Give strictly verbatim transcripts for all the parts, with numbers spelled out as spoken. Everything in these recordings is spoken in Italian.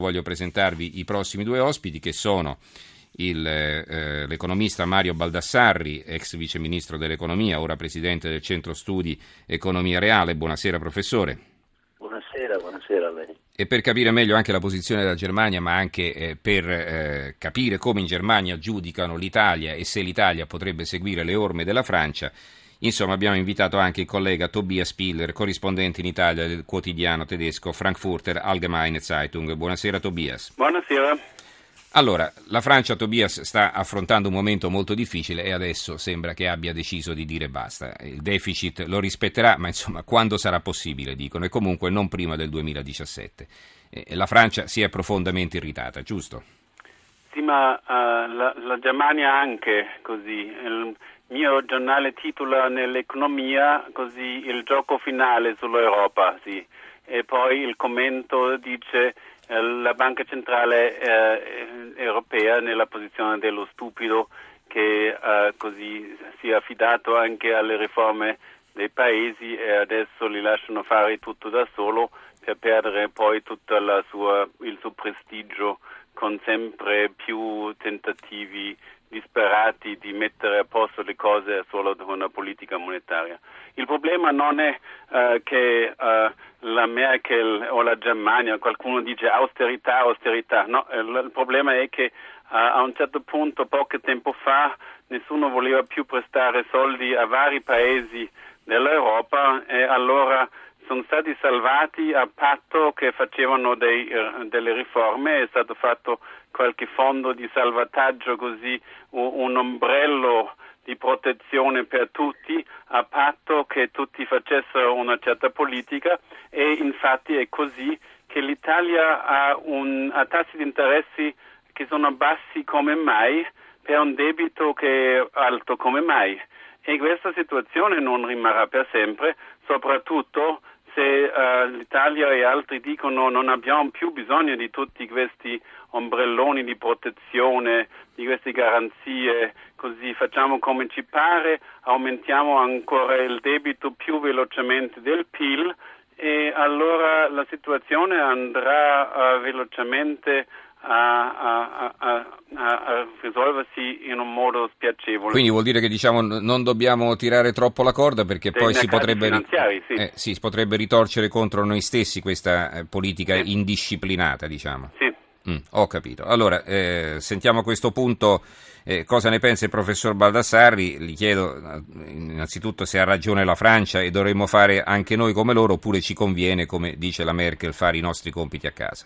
Voglio presentarvi i prossimi due ospiti, che sono il, eh, l'economista Mario Baldassarri, ex vice ministro dell'economia, ora presidente del Centro Studi Economia Reale. Buonasera professore. Buonasera, buonasera a lei. E per capire meglio anche la posizione della Germania, ma anche eh, per eh, capire come in Germania giudicano l'Italia e se l'Italia potrebbe seguire le orme della Francia, insomma abbiamo invitato anche il collega Tobias Piller, corrispondente in Italia del quotidiano tedesco Frankfurter Allgemeine Zeitung. Buonasera Tobias. Buonasera. Allora, la Francia, Tobias, sta affrontando un momento molto difficile e adesso sembra che abbia deciso di dire basta. Il deficit lo rispetterà, ma insomma, quando sarà possibile, dicono, e comunque non prima del duemiladiciassette. E la Francia si è profondamente irritata, giusto? Sì, ma uh, la, la Germania anche così. Il mio giornale titola nell'economia così il gioco finale sull'Europa, sì. E poi il commento dice la Banca Centrale eh, Europea nella posizione dello stupido che eh, così si è affidato anche alle riforme dei paesi e adesso li lasciano fare tutto da solo per perdere poi tutto la sua, il suo prestigio con sempre più tentativi disperati di mettere a posto le cose solo con una politica monetaria. Il problema non è uh, che uh, la Merkel o la Germania, qualcuno dice austerità, austerità, no, il, il problema è che uh, a un certo punto, poco tempo fa, nessuno voleva più prestare soldi a vari paesi dell'Europa e allora sono stati salvati a patto che facevano dei, uh, delle riforme, è stato fatto qualche fondo di salvataggio così, un, un ombrello di protezione per tutti a patto che tutti facessero una certa politica e infatti è così che l'Italia ha, un, ha tassi di interessi che sono bassi come mai per un debito che è alto come mai e questa situazione non rimarrà per sempre, soprattutto se uh, l'Italia e altri dicono non abbiamo più bisogno di tutti questi ombrelloni di protezione, di queste garanzie, così facciamo come ci pare, aumentiamo ancora il debito più velocemente del P I L e allora la situazione andrà uh, velocemente A, a, a, a risolversi in un modo spiacevole. Quindi vuol dire che diciamo non dobbiamo tirare troppo la corda perché Dei poi si potrebbe, sì. eh, sì, si potrebbe ritorcere contro noi stessi questa eh, politica sì. indisciplinata, diciamo. Sì. Mm, ho capito. Allora, eh, sentiamo a questo punto eh, cosa ne pensa il professor Baldassarri. Gli chiedo eh, innanzitutto se ha ragione la Francia e dovremmo fare anche noi come loro oppure ci conviene, come dice la Merkel, fare i nostri compiti a casa.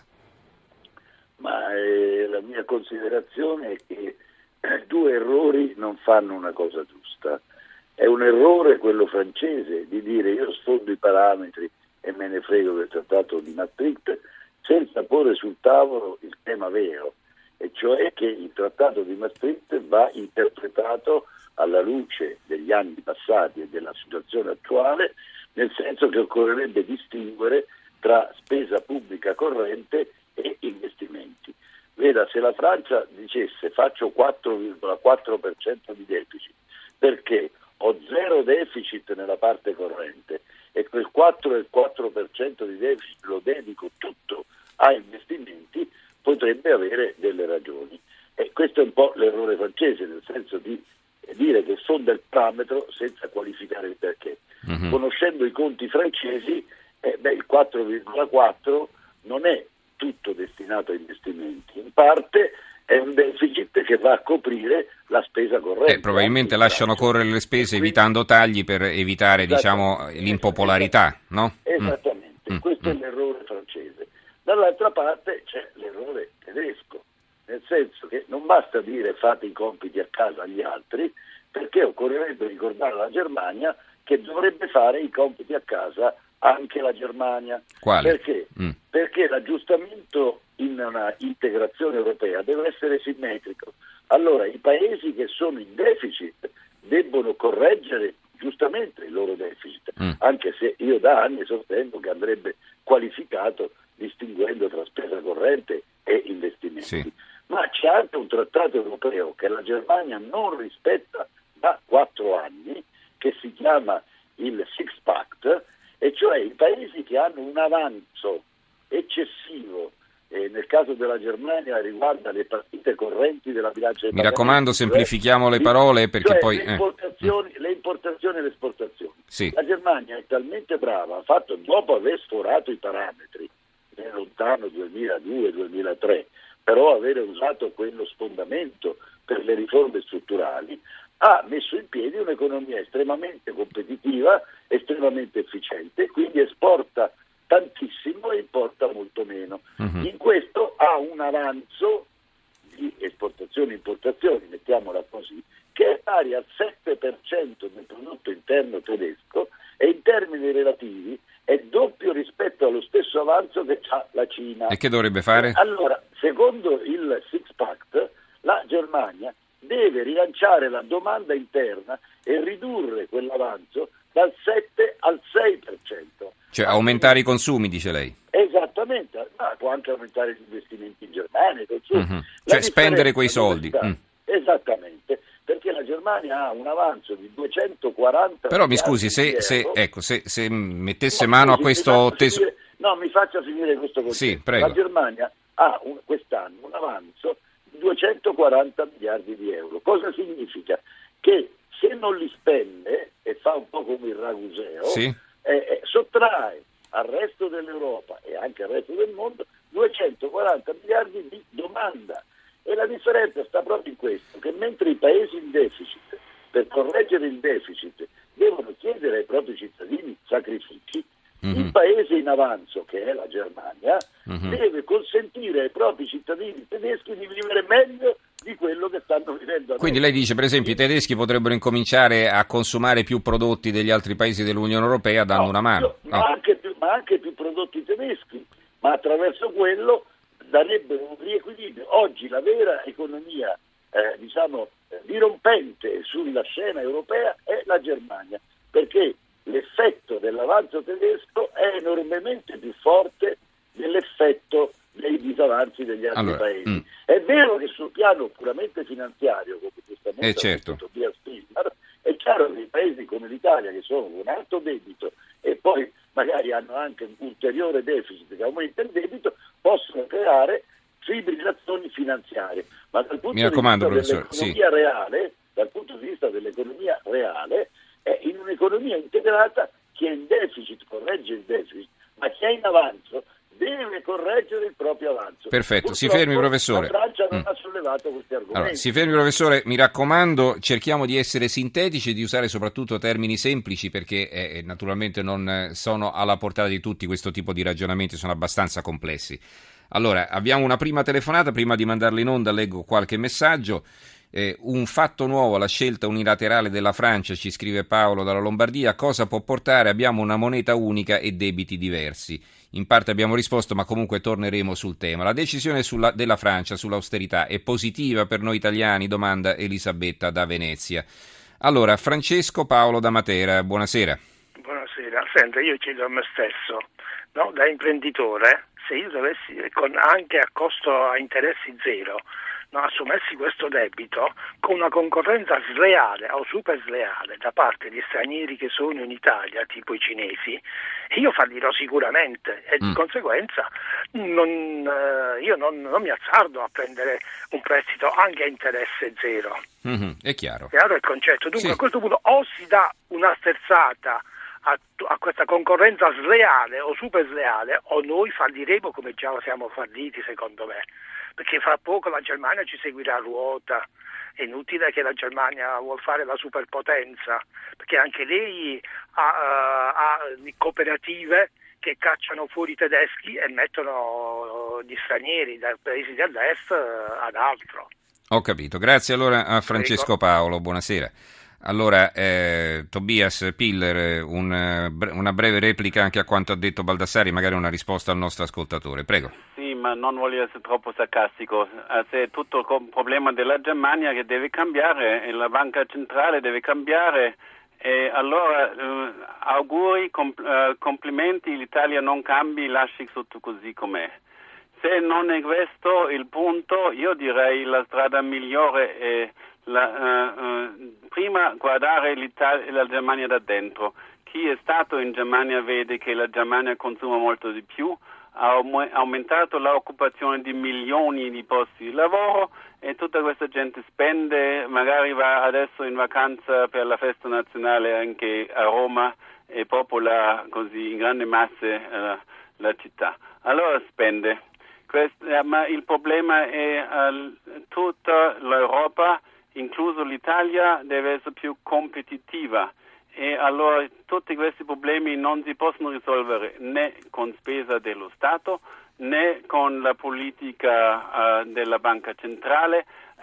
Ma eh, la mia considerazione è che eh, due errori non fanno una cosa giusta. È un errore quello francese di dire io sfondo i parametri e me ne frego del trattato di Maastricht senza porre sul tavolo il tema vero, e cioè che il trattato di Maastricht va interpretato alla luce degli anni passati e della situazione attuale, nel senso che occorrerebbe distinguere tra spesa pubblica corrente e investimenti. Veda, se la Francia dicesse faccio quattro virgola quattro per cento di deficit perché ho zero deficit nella parte corrente e quel quattro virgola quattro per cento di deficit lo dedico tutto a investimenti, potrebbe avere delle ragioni. E questo è un po' l'errore francese, nel senso di dire che sonda il parametro senza qualificare il perché. Mm-hmm. Conoscendo i conti francesi, eh, beh, il quattro virgola quattro non è tutto destinato a investimenti, in parte è un deficit che va a coprire la spesa corrente. Eh, probabilmente lasciano correre le spese quindi, evitando tagli per evitare diciamo l'impopolarità, no? Esattamente, mm. questo mm. è l'errore francese. Dall'altra parte c'è l'errore tedesco, nel senso che non basta dire fate i compiti a casa agli altri, perché occorrerebbe ricordare alla Germania che dovrebbe fare i compiti a casa anche la Germania. Quale? Perché? Mm. Perché l'aggiustamento in una integrazione europea deve essere simmetrico. Allora i paesi che sono in deficit debbono correggere giustamente il loro deficit, mm. anche se io da anni sostengo che andrebbe qualificato distinguendo tra spesa corrente e investimenti. Sì. Ma c'è anche un trattato europeo che la Germania non rispetta da quattro anni, che si chiama il Six Pact, e cioè i paesi che hanno un avanzo eccessivo eh, nel caso della Germania riguarda le partite correnti della bilancia. Mi raccomando, semplifichiamo le parole perché cioè poi... Le importazioni, eh. le importazioni e le esportazioni. Sì. La Germania è talmente brava, ha fatto, dopo aver sforato i parametri nel lontano duemiladue duemilatré, però avere usato quello sfondamento per le riforme strutturali, ha messo in piedi un'economia estremamente competitiva, estremamente efficiente, quindi esporta tantissimo e importa molto meno. Uh-huh. In questo ha un avanzo di esportazioni e importazioni, mettiamola così, che è pari al sette per cento del prodotto interno tedesco e in termini relativi è doppio rispetto allo stesso avanzo che ha la Cina. E che dovrebbe fare? Allora, secondo il Six Pact, la Germania deve rilanciare la domanda interna e ridurre quell'avanzo dal sette al sei per cento. Cioè aumentare i consumi, dice lei? Esattamente, ma può anche aumentare gli investimenti in Germania. Mm-hmm. Cioè spendere quei soldi. Mm. Esattamente, perché la Germania ha un avanzo di duecentoquaranta. Però mi scusi, se, se, ecco, se, se mettesse no, mano scusi, a questo tesoro... No, mi faccia finire questo concetto. Sì, prego. La Germania ha un, quest'anno un avanzo di duecentoquaranta miliardi di euro. Cosa significa? Che se non li spende, e fa un po' come il Raguseo, sì. eh, eh, sottrae al resto dell'Europa e anche al resto del mondo duecentoquaranta miliardi di domanda. E la differenza sta proprio in questo, che mentre i paesi in deficit, per correggere il deficit, devono chiedere ai propri cittadini sacrifici, mm-hmm. il paese in avanzo, che è la Germania, mm-hmm. deve consentire ai propri cittadini tedeschi di vivere meglio di quello che stanno vivendo adesso. Quindi lei dice, per esempio, i tedeschi potrebbero incominciare a consumare più prodotti degli altri paesi dell'Unione Europea dando no, una mano. Ma, no. anche più, ma anche più prodotti tedeschi, ma attraverso quello darebbe un riequilibrio. Oggi la vera economia eh, diciamo dirompente sulla scena europea è la Germania, perché l'effetto dell'avanzo tedesco è enormemente più forte dell'effetto dei disavanzi degli altri allora, paesi. Mm. È vero che sul piano puramente finanziario, come giustamente eh, certo. ha detto Tobias Pilmer, è chiaro che i paesi come l'Italia, che sono con alto debito e poi magari hanno anche un ulteriore deficit che aumenta il debito, possono creare fibrillazioni finanziarie. Ma dal punto di vista dell'economia sì. reale, dal punto di vista dell'economia reale, è in un'economia integrata chi è in deficit corregge il deficit, ma chi è in avanzo deve correggere il proprio avanzo. Perfetto, Purtroppo, si fermi professore. La Francia non mm. ha sollevato questi argomenti. Allora, si fermi professore, mi raccomando, cerchiamo di essere sintetici e di usare soprattutto termini semplici perché eh, naturalmente non sono alla portata di tutti, questo tipo di ragionamenti sono abbastanza complessi. Allora, abbiamo una prima telefonata, prima di mandarla in onda leggo qualche messaggio. Eh, un fatto nuovo, la scelta unilaterale della Francia, ci scrive Paolo dalla Lombardia, cosa può portare? Abbiamo una moneta unica e debiti diversi. In parte abbiamo risposto, ma comunque torneremo sul tema. La decisione sulla, della Francia sull'austerità è positiva per noi italiani? Domanda Elisabetta da Venezia. Allora, Francesco Paolo da Matera, buonasera. Buonasera, senta, io chiedo a me stesso, no, da imprenditore, se io dovessi, con, anche a costo a interessi zero, no, assumessi questo debito con una concorrenza sleale o super sleale da parte di stranieri che sono in Italia, tipo i cinesi, io fallirò sicuramente e di mm. conseguenza non, eh, io non, non mi azzardo a prendere un prestito anche a interesse zero. Mm-hmm, è chiaro. Chiaro il concetto? Dunque sì. A questo punto o si dà una sterzata a, a questa concorrenza sleale o super sleale o noi falliremo come già siamo falliti secondo me. Perché fra poco la Germania ci seguirà a ruota, è inutile che la Germania vuol fare la superpotenza, perché anche lei ha, ha cooperative che cacciano fuori i tedeschi e mettono gli stranieri dai paesi dell'est ad altro. Ho capito, grazie allora a Francesco Paolo, buonasera. Allora, eh, Tobias Piller, un, una breve replica anche a quanto ha detto Baldassari, magari una risposta al nostro ascoltatore, prego. Sì, ma non voglio essere troppo sarcastico, se è tutto il problema della Germania che deve cambiare e la banca centrale deve cambiare, e allora eh, auguri, comp- eh, complimenti, l'Italia non cambi, lasci tutto così com'è. Se non è questo il punto, io direi la strada migliore è La, uh, uh, prima guardare l'Italia, la Germania da dentro. Chi è stato in Germania vede che la Germania consuma molto di più, ha aumentato l'occupazione di milioni di posti di lavoro e tutta questa gente spende, magari va adesso in vacanza per la festa nazionale anche a Roma e popola così in grandi masse uh, la città. Allora spende. Questo, ma il problema è uh, tutta l'Europa, incluso l'Italia, deve essere più competitiva. E allora tutti questi problemi non si possono risolvere né con spesa dello Stato né con la politica uh, della Banca Centrale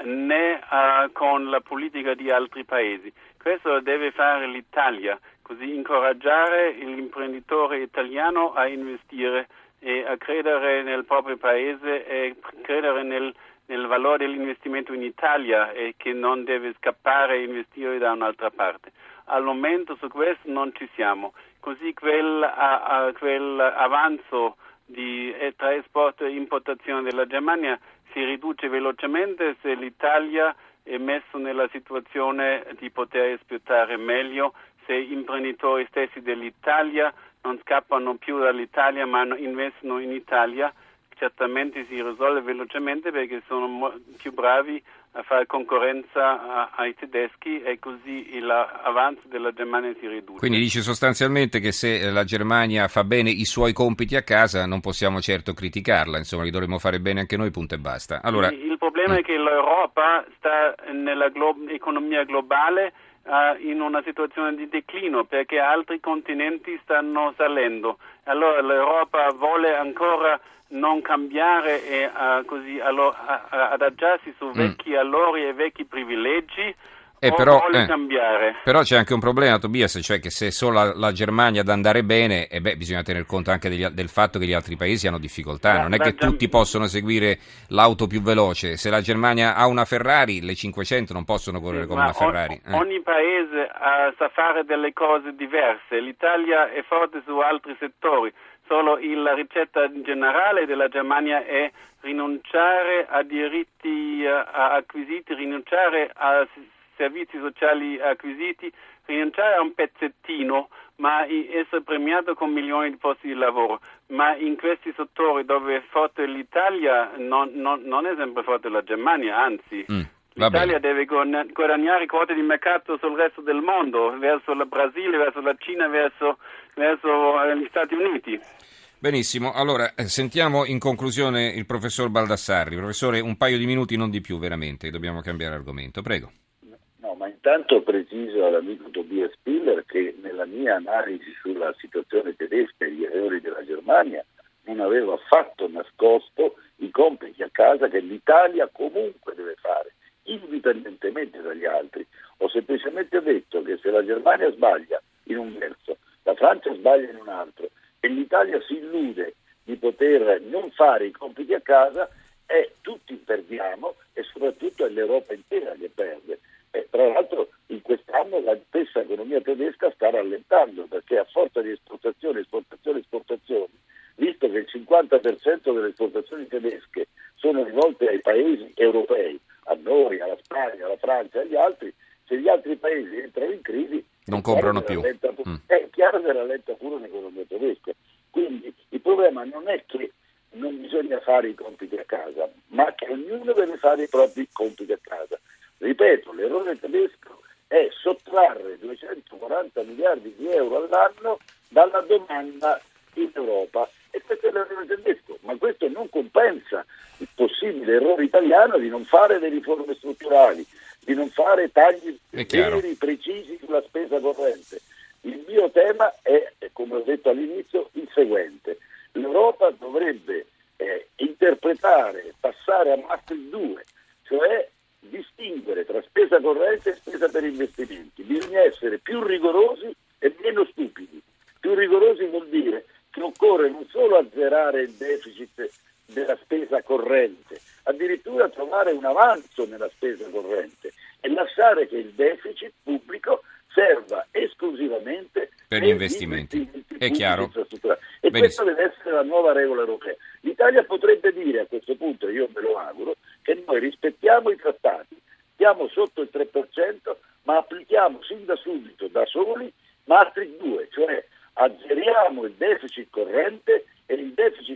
né uh, con la politica di altri paesi. Questo deve fare l'Italia, così incoraggiare l'imprenditore italiano a investire e a credere nel proprio paese e credere nel, nel valore dell'investimento in Italia e che non deve scappare e investire da un'altra parte. Al momento su questo non ci siamo, così quel, a, a, quel avanzo di eh, tra esporto e importazione della Germania si riduce velocemente se l'Italia è messo nella situazione di poter esportare meglio, se gli imprenditori stessi dell'Italia non scappano più dall'Italia ma investono in Italia, certamente si risolve velocemente perché sono mo- più bravi a fare concorrenza a, ai tedeschi e così l'avanzo della Germania si riduce. Quindi dice sostanzialmente che se la Germania fa bene i suoi compiti a casa non possiamo certo criticarla, insomma li dovremmo fare bene anche noi, punto e basta. Allora, il, il problema mm. è che l'Europa sta nella glo- economia globale uh, in una situazione di declino perché altri continenti stanno salendo. Allora l'Europa vuole ancora non cambiare e uh, così allo, a, a, adagiarsi su vecchi mm. allori e vecchi privilegi eh, o però, vuole eh, cambiare. Però c'è anche un problema, Tobias, cioè che se solo la, la Germania ad andare bene, eh beh, bisogna tener conto anche degli, del fatto che gli altri paesi hanno difficoltà, La, non è che Germ- tutti possono seguire l'auto più veloce, se la Germania ha una Ferrari, le cinquecento non possono correre sì, come una Ferrari. On, eh. Ogni paese uh, sa fare delle cose diverse, l'Italia è forte su altri settori. Solo la ricetta generale della Germania è rinunciare a diritti uh, acquisiti, rinunciare a servizi sociali acquisiti, rinunciare a un pezzettino, ma essere premiato con milioni di posti di lavoro. Ma in questi settori dove è forte l'Italia non, non, non è sempre forte la Germania, anzi. Mm. L'Italia deve guadagnare quote di mercato sul resto del mondo, verso il Brasile, verso la Cina, verso, verso gli Stati Uniti. Benissimo, allora sentiamo in conclusione il professor Baldassarri. Professore, un paio di minuti, non di più veramente, dobbiamo cambiare argomento, prego. No, ma intanto preciso all'amico Tobias Spiller che nella mia analisi sulla situazione tedesca e gli errori della Germania non avevo affatto nascosto i compiti a casa che l'Italia comunque deve fare, indipendentemente dagli altri. Ho semplicemente detto che se la Germania sbaglia in un verso, la Francia sbaglia in un altro e l'Italia si illude di poter non fare i compiti a casa, e tutti perdiamo e soprattutto è l'Europa intera che perde. E tra l'altro in quest'anno la stessa economia tedesca sta rallentando perché a forza di esportazioni, esportazioni, esportazioni, visto che il cinquanta per cento delle esportazioni tedesche sono rivolte ai paesi europei, a noi, alla Spagna, alla Francia e agli altri, se gli altri paesi entrano in crisi non comprano più. Pu- mm. È chiaro che rallenta pure l'economia tedesca. Quindi il problema non è che non bisogna fare i compiti a casa, ma che ognuno deve fare i propri compiti a casa. Ripeto, l'errore tedesco è sottrarre duecentoquaranta miliardi di euro all'anno dalla domanda in Europa, e questo è l'errore tedesco, ma questo non compensa il possibile errore italiano di non fare le riforme strutturali, di non fare tagli veri, precisi sulla spesa corrente. Il mio tema è, come ho detto all'inizio, il seguente: l'Europa dovrebbe eh, interpretare, passare a Maastricht due, cioè distinguere tra spesa corrente e spesa per investimenti. Bisogna essere più rigorosi e meno stupidi. Più rigorosi vuol dire che occorre non solo azzerare il deficit della spesa corrente, addirittura trovare un avanzo nella spesa corrente e lasciare che il deficit pubblico serva esclusivamente per gli investimenti. investimenti È chiaro. E questa deve essere la nuova regola europea. L'Italia potrebbe dire a questo punto, io me lo auguro, che noi rispettiamo i trattati, stiamo sotto il tre per cento, ma applichiamo sin da subito, da soli, Maastricht due, cioè azzeriamo il deficit corrente e il deficit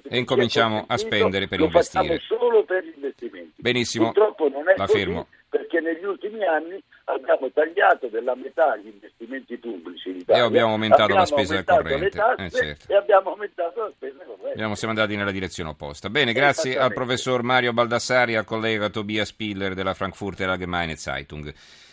e incominciamo a spendere per lo investire. Facciamo solo per gli investimenti. Benissimo, purtroppo non è la così, fermo. Perché negli ultimi anni abbiamo tagliato della metà gli investimenti pubblici in Italia, e abbiamo aumentato abbiamo la spesa aumentato corrente, le tasse, eh, certo. e abbiamo aumentato la spesa corrente. Abbiamo, siamo andati nella direzione opposta. Bene, grazie al professor Mario Baldassari e al collega Tobias Piller della Frankfurter Allgemeine Zeitung.